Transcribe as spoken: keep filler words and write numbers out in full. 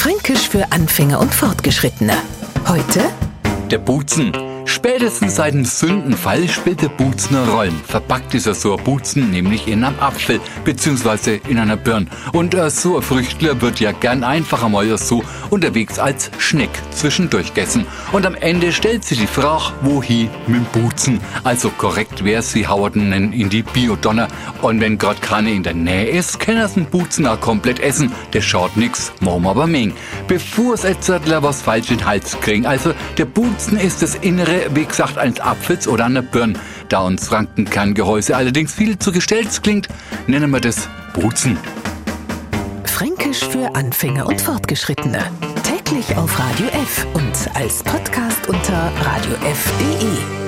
Fränkisch für Anfänger und Fortgeschrittene. Heute der Buzen. Spätestens seit dem Sündenfall spielt der Buzen eine Rolle. Verpackt ist er so ein Buzen nämlich in einem Apfel bzw. in einer Birne. Und äh, so ein Früchtler wird ja gern einfach einmal so unterwegs als Schneck zwischendurch gegessen. Und am Ende stellt sich die Frage, wohin mit dem Buzen? Also korrekt wäre sie hauen in die Biodonner. Und wenn gerade keine in der Nähe ist, kann er den Buzen auch komplett essen. Der schaut nix, machen wir aber Meng. Bevor es Etzertler was falsch in den Hals kriegen. Also der Buzen ist das Innere, wie gesagt, eines Apfels oder einer Birne. Da uns Frankenkern-Gehäuse allerdings viel zu gestellt klingt, nennen wir das Buzen. Fränkisch für Anfänger und Fortgeschrittene. Täglich auf Radio F und als Podcast unter radio f punkt de.